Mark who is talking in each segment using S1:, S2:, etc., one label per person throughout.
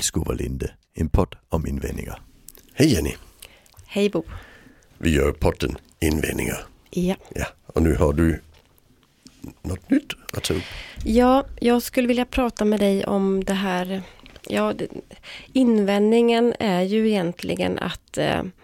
S1: Tillskovalinde, en podd om invändningar.
S2: Hej Jenny.
S3: Hej Bo.
S2: Vi gör podden invändningar.
S3: Ja.
S2: Ja, och nu har du något nytt att ta upp.
S3: Ja, jag skulle vilja prata med dig om det här. Ja, invändningen är ju egentligen att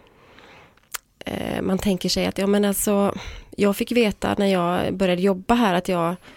S3: man tänker sig att jag fick veta när jag började jobba här att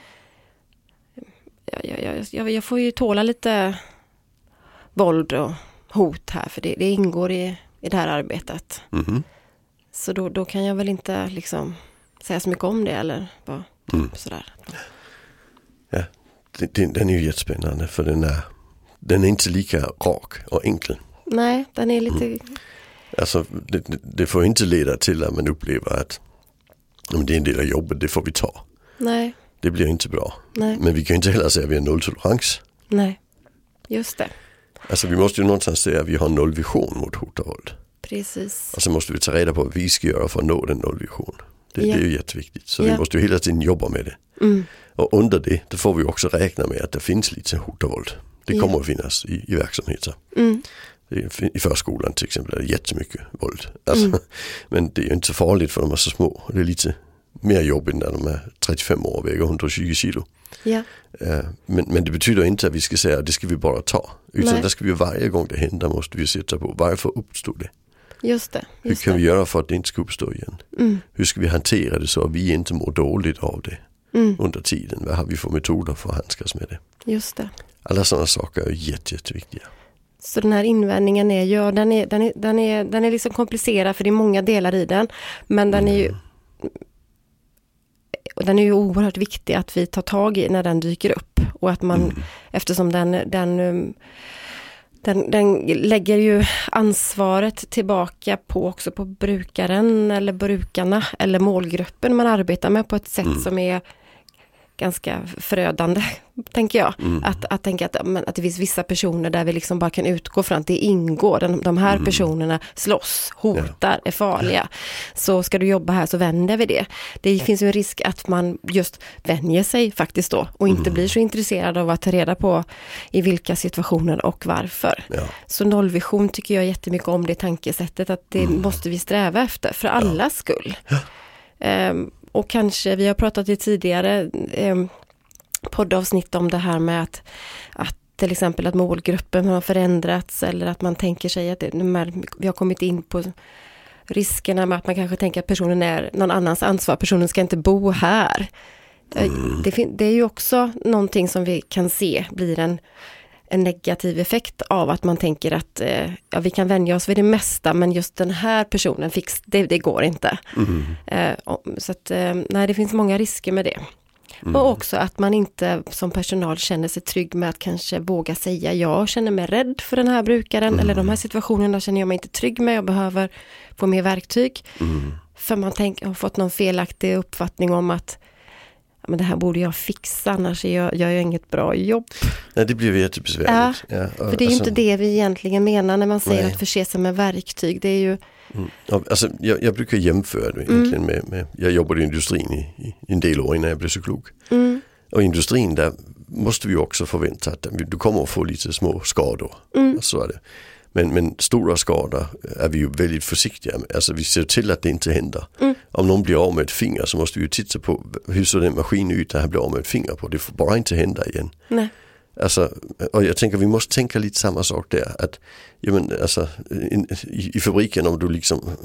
S3: jag får ju tåla lite våld och hot här, för det ingår i det här arbetet. Mm-hmm. Så då kan jag väl inte liksom säga så mycket om det eller bara sådär.
S2: Ja, den är ju jättespännande, för den är inte lika rak och enkel.
S3: Nej, den är lite...
S2: Alltså det får inte leda till att man upplever att det är en del av jobbet, det får vi ta.
S3: Nej.
S2: Det blir inte bra.
S3: Nej.
S2: Men vi kan inte heller säga att vi har nolltolerans.
S3: Nej, just det.
S2: Alltså vi måste ju någonstans säga att vi har nollvision mot hot och våld.
S3: Precis.
S2: Och så måste vi ta reda på vad vi ska göra för att nå den nollvision. Det är ju jätteviktigt. Så vi måste ju hela tiden jobba med det. Mm. Och under det får vi också räkna med att det finns lite hot och våld. Det kommer att finnas i verksamheter. Mm. I förskolan till exempel är det jättemycket våld. Alltså, men det är ju inte så farligt för de är så små. Det är lite mer jobbigt när de är 35 år och väger 120 kilo. Ja. Men det betyder inte att vi ska säga att det ska vi bara ta. Utan det ska vi varje gång det händer måste vi sitta på varför uppstod det.
S3: Just det.
S2: Hur kan vi göra för att det inte ska uppstå igen? Hur ska vi hantera det så att vi inte mår dåligt av det under tiden? Vad har vi för metoder för att handskas med det?
S3: Just det.
S2: Alla sådana saker är jätteviktiga.
S3: Så den här invändningen är ju, den är liksom komplicerad, för det är många delar i den. Men den är ju oerhört viktig att vi tar tag i när den dyker upp. Och att man, eftersom den lägger ju ansvaret tillbaka också på brukaren eller brukarna eller målgruppen man arbetar med på ett sätt som är ganska förödande, tänker jag. Att tänka att det finns vissa personer där vi liksom bara kan utgå från att det ingår. De här personerna slåss, hotar, är farliga. Så ska du jobba här så vänder vi det. Det finns ju en risk att man just vänjer sig faktiskt då och inte blir så intresserad av att ta reda på i vilka situationer och varför. Ja. Så nollvision tycker jag jättemycket om det tankesättet, att det måste vi sträva efter för allas skull. Ja. Och kanske, vi har pratat i tidigare poddavsnitt om det här med att till exempel att målgruppen har förändrats, eller att man tänker sig att vi har kommit in på riskerna med att man kanske tänker att personen är någon annans ansvar, personen ska inte bo här. Det är ju också någonting som vi kan se blir en negativ effekt av att man tänker att vi kan vänja oss vid det mesta, men just den här personen det går inte. Så att det finns många risker med det. Och också att man inte som personal känner sig trygg med att kanske våga säga jag känner mig rädd för den här brukaren, eller de här situationerna känner jag mig inte trygg med, jag behöver få mer verktyg. För man har fått någon felaktig uppfattning om att men det här borde jag fixa, annars gör jag inget bra jobb.
S2: Nej, det blir jättebesvärligt.
S3: Ja, för det är ju inte det vi egentligen menar när man säger att förse sig med verktyg. Det är ju...
S2: Alltså, jag brukar jämföra det egentligen med jag jobbade i industrin i en del år innan jag blev psykolog. Och i industrin där måste vi också förvänta att du kommer att få lite små skador. Så är det. Men stora skador är vi ju väldigt försiktiga med. Alltså vi ser till att det inte händer. Om någon blir av med ett finger så måste vi ju titta på hur så den maskin ut där han blir av med ett finger på. Det får bara inte hända igen. Nej. Alltså, och jag tänker vi måste tänka lite samma sak där. Att, alltså, i fabriken om du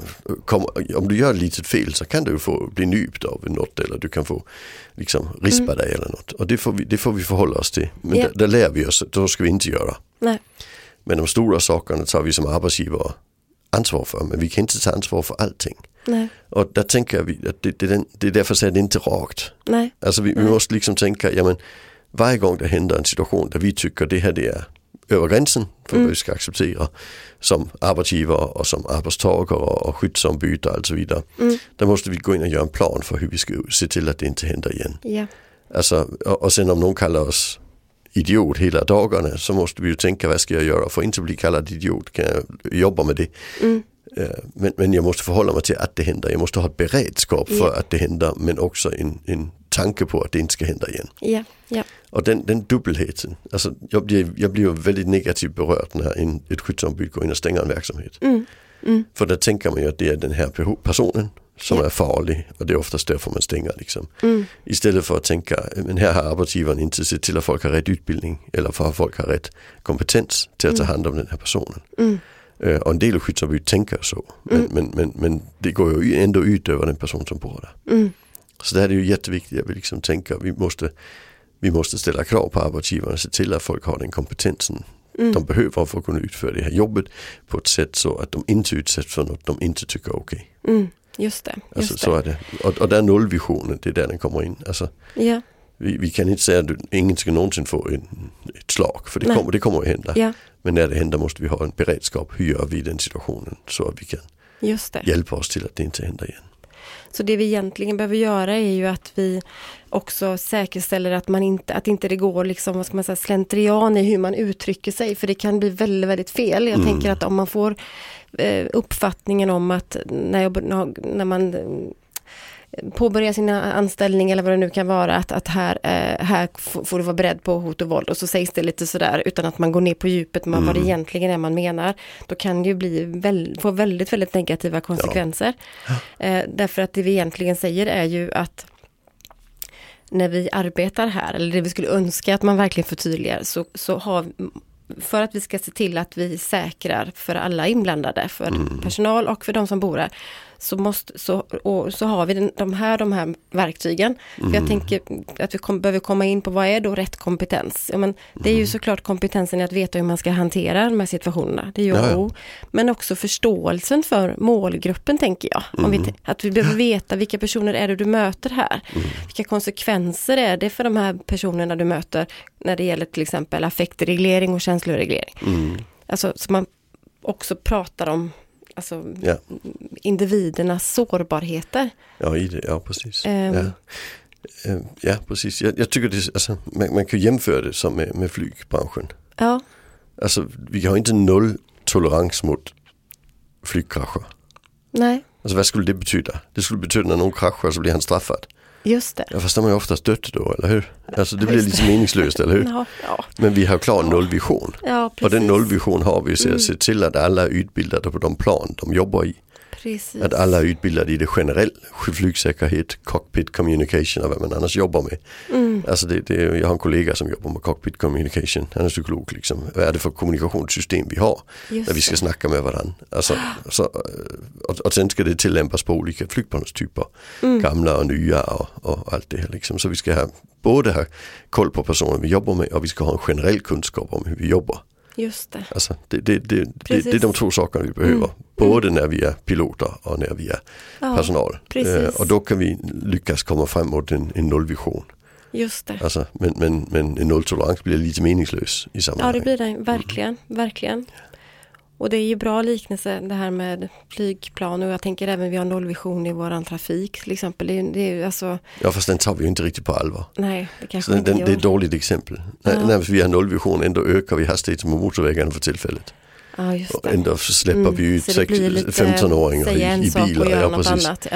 S2: om du gör ett litet fel så kan du få bli nypt av något, eller du kan få rispa dig eller något. Och det får vi förhålla oss till. Men där lär vi oss, då ska vi inte göra. Nej. Men de stora sakerna tar vi som arbetsgivare ansvar för, men vi kan inte ta ansvar för allting. Nej. Och där tänker vi att det är därför så är det inte rakt. Nej. Alltså vi måste tänka, varje gång det händer en situation där vi tycker det här det är över gränsen för vad vi ska acceptera som arbetsgivare och som arbetstagare och skyddsombud och allt så vidare. Där måste vi gå in och göra en plan för hur vi ska se till att det inte händer igen. Yeah. Alltså, och sen om någon kallar oss idiot hela dagarna så måste vi ju tänka vad ska jag göra för att inte bli kallad idiot, kan jag jobba med det. Men jag måste förhålla mig till att det händer, jag måste ha ett beredskap för att det händer, men också en tanke på att det inte ska hända igen.
S3: Ja, ja.
S2: Och den dubbelheten, alltså jag blir väldigt negativt berörd när ett skyddsombud går in och stänger en verksamhet. För där tänker man ju att det är den här personen som är farlig, och det är oftast därför man stänger liksom. Istället för att tänka, men här har arbetsgivaren inte sett till att folk har rätt utbildning eller för att folk har rätt kompetens till att ta hand om den här personen. Och en del av skyddsombud tänker så, men det går ju ändå ut över den person som bor där. Så det här är ju jätteviktigt att vi liksom tänker, vi måste ställa krav på arbetsgivaren och se till att folk har den kompetensen de behöver för att kunna utföra det här jobbet på ett sätt så att de inte utsätts för något de inte tycker är okej.
S3: Just det.
S2: Alltså, så är det. Och där nollvisionen, det är där den kommer in. Alltså, vi kan inte säga att ingen ska någonsin få ett slag, för det kommer att hända. Ja. Men när det händer måste vi ha en beredskap. Hur gör vi den situationen så att vi kan hjälpa oss till att det inte händer igen.
S3: Så det vi egentligen behöver göra är ju att vi också säkerställer att inte det går liksom, vad ska man säga, slentrian i hur man uttrycker sig, för det kan bli väldigt, väldigt fel. Jag tänker att om man får uppfattningen om att när man påbörjar sina anställningar eller vad det nu kan vara, att här får du vara beredd på hot och våld, och så sägs det lite sådär utan att man går ner på djupet med vad det egentligen är man menar, då kan det ju få väldigt, väldigt negativa konsekvenser. Därför att det vi egentligen säger är ju att när vi arbetar här, eller det vi skulle önska att man verkligen förtydligar, så har, för att vi ska se till att vi säkrar för alla inblandade, för personal och för de som bor här, så har vi de här verktygen. För jag tänker att vi behöver komma in på vad är då rätt kompetens. Ja, men det är ju såklart kompetensen i att veta hur man ska hantera de här situationerna. Det är ju men också förståelsen för målgruppen, tänker jag. Att vi behöver veta vilka personer är det du möter här. Vilka konsekvenser är det för de här personerna du möter när det gäller till exempel affektreglering och känsloreglering. Alltså, så man också pratar om individernas sårbarheter.
S2: Ja, precis. Ja, precis. Jag tycker det, alltså, man kan jämföra det som med flygbranschen.
S3: Ja.
S2: Alltså, vi har inte noll tolerans mot flygkrascher.
S3: Nej.
S2: Alltså, vad skulle det betyda? Det skulle betyda när någon kraschar så blir han straffad.
S3: Just det.
S2: Ja, fast de är ju oftast dött då, eller hur? Alltså det blir lite meningslöst, eller hur?
S3: Ja.
S2: Men vi har klar nollvision.
S3: Ja, precis.
S2: Och den nollvision har vi så att se till att alla är utbildade på de plan de jobbar i.
S3: Precis.
S2: Att alla är utbildade i det generella flygsäkerhet, cockpit communication och vad man annars jobbar med. Alltså jag har en kollega som jobbar med cockpit communication. Han är psykolog liksom. Vad är det för kommunikationssystem vi har? Där vi ska snacka med varandra. Alltså, och sen ska det tillämpas på olika flygplanstyper. Gamla och nya och allt det här liksom. Så vi ska både ha koll på personer vi jobbar med och vi ska ha en generell kunskap om hur vi jobbar.
S3: Just det.
S2: Alltså, det är de två sakerna vi behöver. Både när vi är piloter och när vi är personal. Och då kan vi lyckas komma fram mot en nollvision.
S3: Just det.
S2: Alltså, men en nolltolerans blir lite meningslös i sammanhanget.
S3: Ja, det blir det. Verkligen. Verkligen. Och det är ju bra liknelse det här med flygplan, och jag tänker även vi har nollvision i våran trafik till exempel. Det är ju alltså... Ja,
S2: fast den tar vi ju inte riktigt på allvar.
S3: Nej, det kanske inte
S2: det är ett dåligt exempel. När vi har nollvision ändå ökar vi hastigheten på motorvägarna för tillfället.
S3: Ja, just det.
S2: Och ändå släpper vi ut 15-åringar i bilar.
S3: Ja, precis. Annat.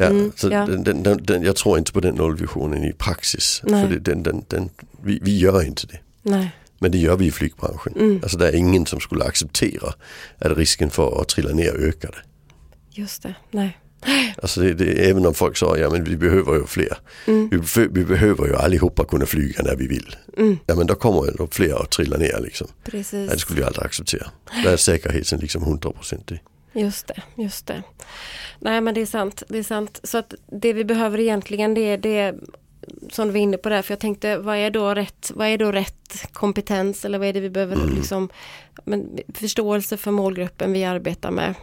S2: Jag tror inte på den nollvisionen i praxis. För vi gör inte det.
S3: Nej.
S2: Men det gör vi i flygbranschen. Alltså det är ingen som skulle acceptera att risken för att trilla ner ökade.
S3: Just det, nej.
S2: Alltså även om folk sa, ja men vi behöver ju fler. Vi behöver ju allihopa kunna flyga när vi vill. Ja men då kommer det fler att trilla ner liksom.
S3: Precis.
S2: Det skulle vi aldrig acceptera. Där är säkerheten liksom 100%.
S3: Just det. Nej men det är sant. Så att det vi behöver egentligen det är som vi är inne på där, för jag tänkte vad är då rätt kompetens, eller vad är det vi behöver liksom, men förståelse för målgruppen vi arbetar med.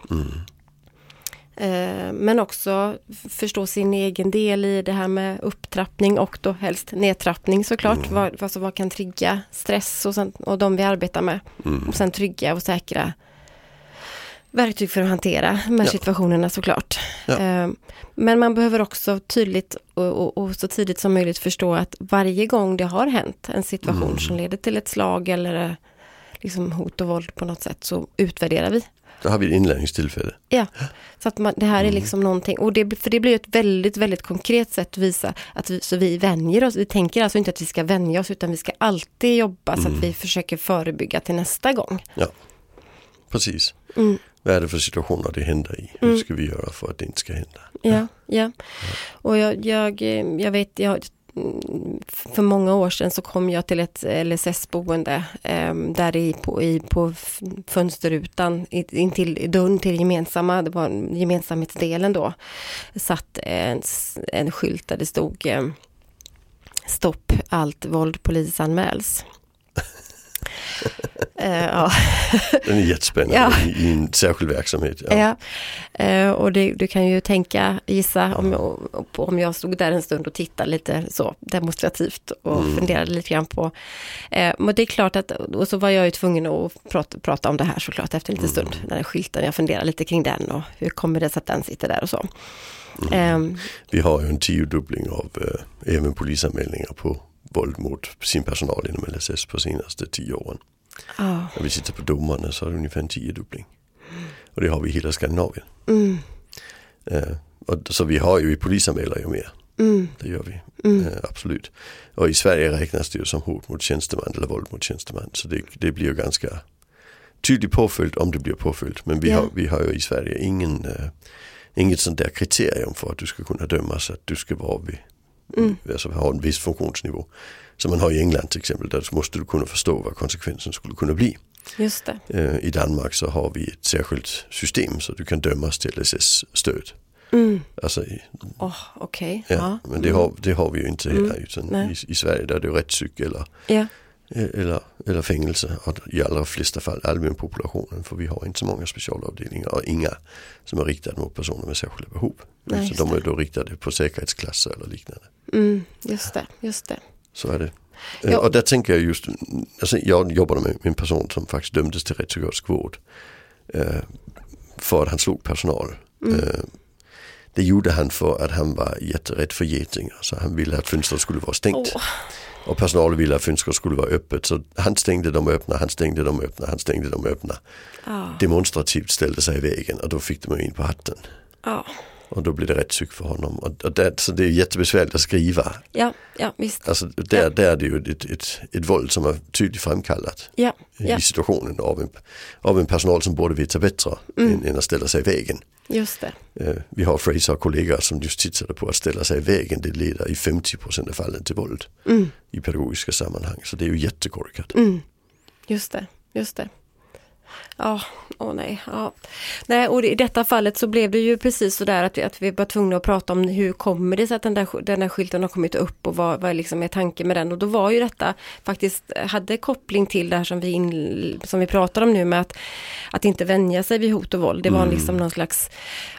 S3: Men också förstå sin egen del i det här med upptrappning och då helst nedtrappning såklart. Vad kan trigga stress och de vi arbetar med. Och sen trygga och säkra verktyg för att hantera de här situationerna såklart. Men man behöver också tydligt och så tidigt som möjligt förstå att varje gång det har hänt en situation som leder till ett slag eller liksom hot och våld på något sätt, så utvärderar vi.
S2: Då har vi ett inlärningstillfälle.
S3: Ja, så att det här är liksom någonting. Och för det blir ett väldigt, väldigt konkret sätt att visa att vi vänjer oss. Vi tänker alltså inte att vi ska vänja oss, utan vi ska alltid jobba så att vi försöker förebygga till nästa gång.
S2: Ja, precis. Vad är det för situationer det händer i? Hur ska vi göra för att det inte ska hända?
S3: Ja. Och jag vet, för många år sedan så kom jag till ett LSS-boende där på fönsterrutan intill dörren till gemensamma, det var gemensamhetsdelen då, satt en skylt där det stod stopp allt våld polisanmäls. Ja.
S2: Den är jättespännande i en särskild verksamhet.
S3: Ja. Och du kan ju gissa om jag stod där en stund och tittade lite så demonstrativt och funderade lite grann på. Men det är klart att, och så var jag ju tvungen att prata om det här såklart efter en liten stund. Den här skylten, jag funderade lite kring den och hur kommer det sig att den sitter där och så.
S2: Vi har ju en 10-dubbling av även polisanmälningar på våld mot sin personal inom LSS på senaste 10 åren. När vi sitter på domarna så är det ungefär en 10-dubbling. Och det har vi i hela Skandinavien. Så vi har ju i polisanmälare ju mer. Det gör vi. Absolut. Och i Sverige räknas det ju som hot mot tjänsteman eller våld mot tjänsteman. Så det blir ju ganska tydligt påföljd om det blir påföljd. Men vi har ju i Sverige inget sånt där kriterium för att du ska kunna dömas att du ska vara vid alltså ha en viss funktionsnivå. Som man har i England till exempel, där måste du kunna förstå vad konsekvensen skulle kunna bli.
S3: Just det.
S2: I Danmark så har vi ett särskilt system så du kan dömas till LSS-stöd. Alltså
S3: okej.
S2: Ja, men det har vi ju inte här, utan i Sverige där är det rättspsyk eller fängelse i allra flesta fall allmän populationen, för vi har inte så många specialavdelningar och inga som är riktade mot personer med särskilda behov. Nej, så de är då riktade på säkerhetsklasser eller liknande.
S3: Just det.
S2: Så är det. Och där tänker jag just, alltså jag jobbade med en person som faktiskt dömdes till rättspsykiatrisk vård för att han slog personal. Det gjorde han för att han var jätterädd för getingar, så han ville att fönstret skulle vara stängt. Och personalen ville att fönstret skulle vara öppet, så han stängde dem öppna. Demonstrativt ställde sig i vägen och då fick de in på hatten. Och då blir det rätt psyk för honom. Så det är jättebesvärligt att skriva. Ja,
S3: visst.
S2: Alltså där är det ju ett våld som är tydligt framkallat i situationen av en personal som borde veta bättre än att ställa sig i vägen.
S3: Just det.
S2: Vi har Fraser och kollegor som just tittade på att ställa sig i vägen. Det leder i 50% av fallen till våld i pedagogiska sammanhang. Så det är ju jättekorkat.
S3: Just det. Nej, och i detta fallet så blev det ju precis så där att vi var tvungna att prata om hur kommer det sig att den där skylten har kommit upp och vad liksom är tanken med den. Och då var ju detta faktiskt, hade koppling till det här som vi pratar om nu med att inte vänja sig vid hot och våld. Det var liksom någon slags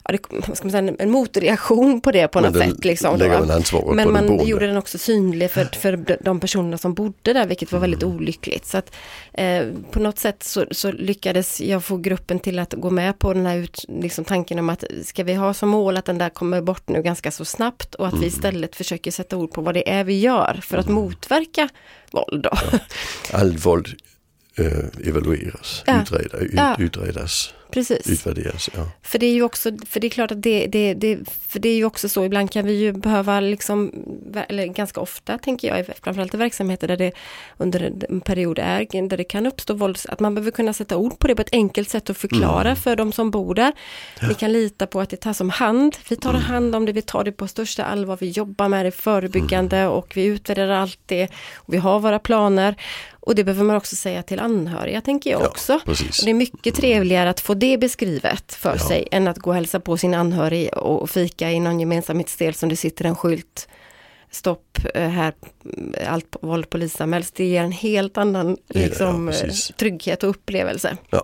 S3: en motreaktion på det på något sätt. Liksom, men man gjorde den också synlig för de personerna som bodde där, vilket var väldigt olyckligt. Så att på något sätt så lyckades jag få gruppen till att gå med på den här liksom tanken om att ska vi ha som mål att den där kommer bort nu ganska så snabbt och att vi istället försöker sätta ord på vad det är vi gör för att motverka våld då.
S2: All våld evalueras, utredas.
S3: Precis.
S2: Utvärderas,
S3: För det är ju också, för det är klart att för det är ju också så, ibland kan vi ju behöva liksom, eller ganska ofta tänker jag, framförallt i verksamheter där det under en period där det kan uppstå våld, att man behöver kunna sätta ord på det på ett enkelt sätt och förklara för de som bor där. Vi kan lita på att det tas om hand, vi tar hand om det, vi tar det på största allvar, vi jobbar med det förebyggande och vi utvärderar allt det och vi har våra planer. Och det behöver man också säga till anhöriga, tänker jag också. Och det är mycket trevligare att få det beskrivet för sig än att gå och hälsa på sin anhörig och fika i någon gemensamhetsdel som det sitter en skylt. Stopp här, allt våld polisanmäls. Det ger en helt annan trygghet och upplevelse. Ja.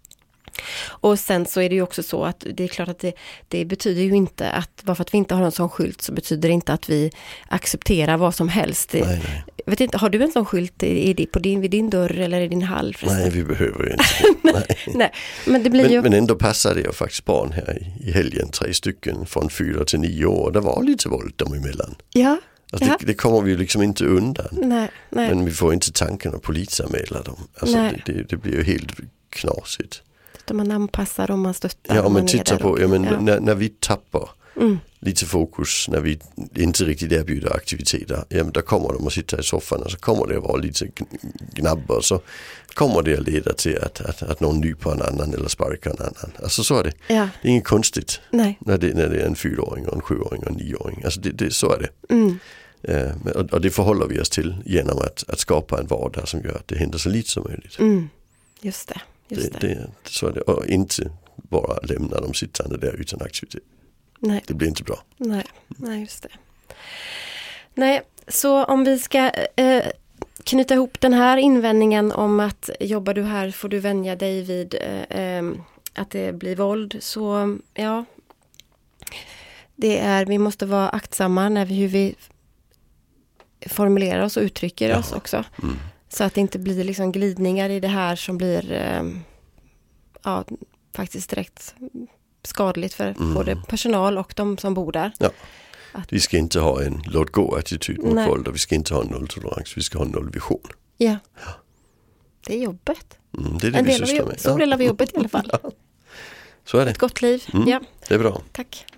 S3: Och sen så är det ju också så att det är klart att det betyder ju inte att bara för att vi inte har en sån skylt så betyder det inte att vi accepterar vad som helst. Nej. Jag vet inte, har du en sån skylt vid din dörr eller i din hall? Förresten?
S2: Nej, vi behöver ju inte.
S3: Nej. Men det blir
S2: men ändå passar det ju faktiskt barn här i helgen, 3 stycken från 4 till 9 år. Det var lite våld dem emellan.
S3: Ja.
S2: Alltså det kommer vi ju liksom inte undan.
S3: Nej.
S2: Men vi får inte tanken att polisanmäla dem. Alltså det blir ju helt knasigt.
S3: Där man anpassar och man stöttar.
S2: Ja, om man
S3: är
S2: tittar
S3: där
S2: på,
S3: och-
S2: ja, men
S3: ja.
S2: när vi tappar lite fokus, när vi inte riktigt erbjuder aktiviteter, ja, men då kommer de att sitta i soffan och så kommer det att vara lite gnabbar, så kommer det att leda till att någon nyper en annan eller sparkar en annan. Alltså så är det.
S3: Ja.
S2: Det är inget konstigt
S3: Nej.
S2: när det är en 4-åring och en 7-åring och en 9-åring. Alltså så är det. Och det förhåller vi oss till genom att skapa en vardag som gör att det händer så lite som möjligt.
S3: Just det.
S2: Så är det. Och inte bara lämna dem sittande där utan aktivitet.
S3: Nej.
S2: Det blir inte bra.
S3: Nej, just det. Nej, så om vi ska knyta ihop den här invändningen om att jobbar du här får du vänja dig vid att det blir våld, så ja, vi måste vara aktsamma när hur vi formulerar oss och uttrycker oss också. Så att det inte blir liksom glidningar i det här som blir faktiskt direkt skadligt för både personal och de som bor där.
S2: Ja. Vi ska inte ha en låt gå-attityd mot
S3: Nej.
S2: våld, och vi ska inte ha en nolltolerans, vi ska ha en nollvision.
S3: Ja. Det är jobbet.
S2: Det är det vi sysslar med.
S3: Stor del av jobbet i alla fall.
S2: Så är det.
S3: Ett gott liv. Ja,
S2: Det är bra.
S3: tack.